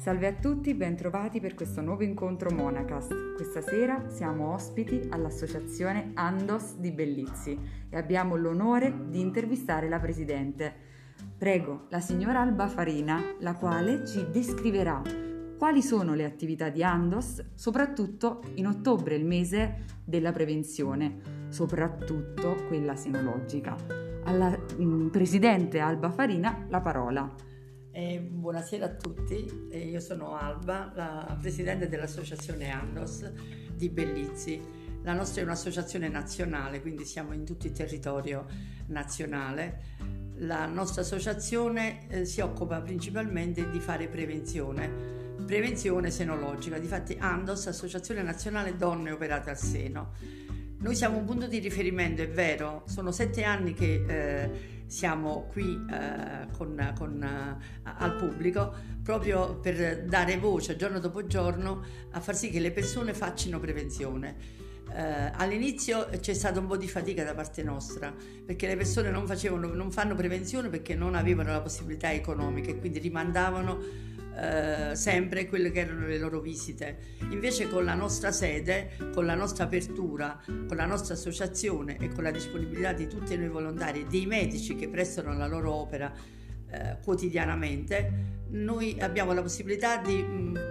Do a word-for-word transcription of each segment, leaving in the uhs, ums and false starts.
Salve a tutti, bentrovati per questo nuovo incontro Monacast. Questa sera siamo ospiti all'associazione Andos di Bellizzi e abbiamo l'onore di intervistare la presidente. Prego la signora Alba Farina, la quale ci descriverà quali sono le attività di Andos, soprattutto in ottobre, il mese della prevenzione, soprattutto quella senologica. Alla mh, presidente Alba Farina la parola. Eh, buonasera a tutti, eh, io sono Alba, la presidente dell'associazione Andos di Bellizzi. La nostra è un'associazione nazionale, quindi siamo in tutto il territorio nazionale. La nostra associazione eh, si occupa principalmente di fare prevenzione, prevenzione senologica. Difatti Andos, Associazione Nazionale Donne Operate al Seno. Noi siamo un punto di riferimento, è vero, sono sette anni che eh, siamo qui eh, con, con, uh, al pubblico proprio per dare voce giorno dopo giorno a far sì che le persone facciano prevenzione. Uh, all'inizio c'è stata un po' di fatica da parte nostra perché le persone non facevano, non fanno prevenzione perché non avevano la possibilità economica e quindi rimandavano Uh, sempre quelle che erano le loro visite. Invece con la nostra sede, con la nostra apertura, con la nostra associazione e con la disponibilità di tutti noi volontari e dei medici che prestano la loro opera uh, quotidianamente, noi abbiamo la possibilità di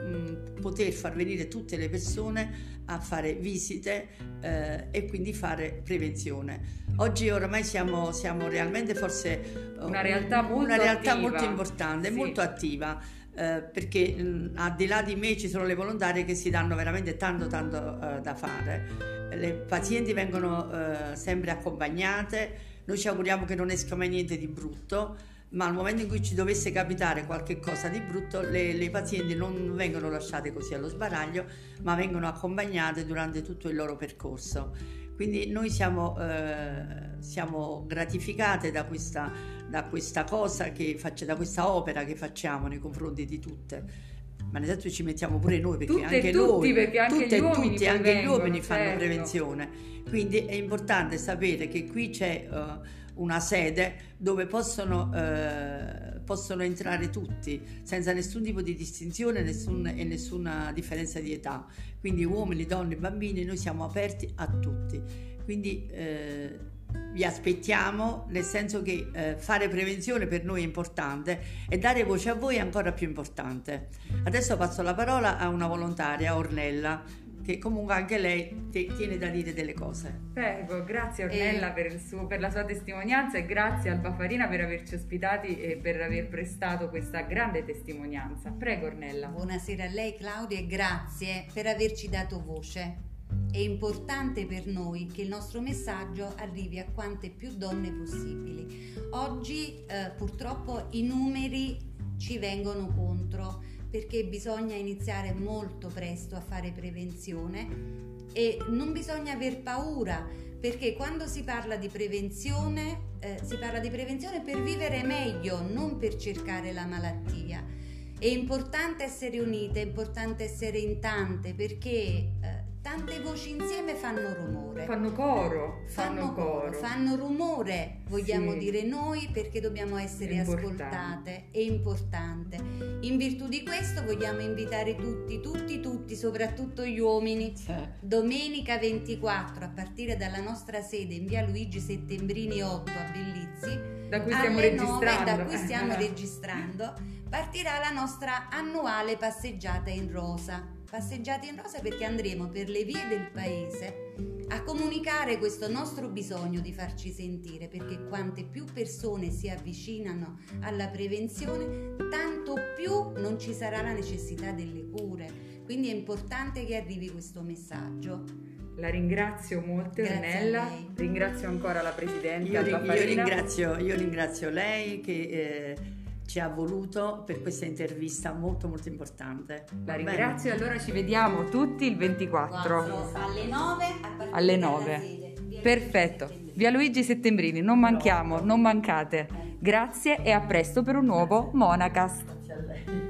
mh, poter far venire tutte le persone a fare visite uh, e quindi fare prevenzione. Oggi oramai siamo, siamo realmente forse uh, una realtà molto una realtà attiva. molto importante, sì. molto attiva. Eh, perché mh, al di là di me ci sono le volontarie che si danno veramente tanto tanto eh, da fare. Le pazienti vengono eh, sempre accompagnate, noi ci auguriamo che non esca mai niente di brutto, ma al momento in cui ci dovesse capitare qualche cosa di brutto le, le pazienti non vengono lasciate così allo sbaraglio, ma vengono accompagnate durante tutto il loro percorso. Quindi noi siamo, eh, siamo gratificate da questa, da questa cosa che faccia, da questa opera che facciamo nei confronti di tutte. Ma nel senso ci mettiamo pure noi perché tutte anche e tutti, noi, perché anche tutte gli uomini, tutti, anche vengono, gli uomini fanno certo. prevenzione. Quindi è importante sapere che qui c'è uh, una sede dove possono, uh, possono entrare tutti senza nessun tipo di distinzione nessun, e nessuna differenza di età. Quindi uomini, donne, bambini, noi siamo aperti a tutti. Quindi eh, vi aspettiamo, nel senso che eh, fare prevenzione per noi è importante e dare voce a voi è ancora più importante. Adesso passo la parola a una volontaria, Ornella, che comunque anche lei te, tiene da dire delle cose. Prego, grazie Ornella e... per, il suo, per la sua testimonianza e grazie Alba Farina per averci ospitati e per aver prestato questa grande testimonianza. Prego Ornella. Buonasera a lei Claudia e grazie per averci dato voce. È importante per noi che il nostro messaggio arrivi a quante più donne possibili. Oggi eh, purtroppo i numeri ci vengono contro perché bisogna iniziare molto presto a fare prevenzione e non bisogna aver paura perché quando si parla di prevenzione eh, si parla di prevenzione per vivere meglio, non per cercare la malattia. È importante essere unite, è importante essere in tante perché eh, tante voci insieme fanno rumore. Fanno coro. Fanno, fanno coro. coro. Fanno rumore, vogliamo sì. dire noi, perché dobbiamo essere importante. ascoltate. È importante. In virtù di questo vogliamo invitare tutti, tutti, tutti, soprattutto gli uomini, Sì. domenica ventiquattro a partire dalla nostra sede in via Luigi Settembrini otto a Bellizzi. Da cui stiamo alle registrando. nove, da cui stiamo registrando, partirà la nostra annuale passeggiata in rosa. Passeggiata in rosa perché andremo per le vie del paese a comunicare questo nostro bisogno di farci sentire, perché quante più persone si avvicinano alla prevenzione, tanto più non ci sarà la necessità delle cure. Quindi è importante che arrivi questo messaggio. La ringrazio molto Ornella, ringrazio ancora la Presidente io, Alba io, Farina. ringrazio, io ringrazio lei che eh, ci ha voluto per questa intervista molto molto importante. La ringrazio e allora ci vediamo tutti il ventiquattro alle nove a partire alle dalla nove. sede. Perfetto, via Luigi Settembrini, non manchiamo, non mancate. Grazie e a presto per un nuovo Monacast. Grazie a lei.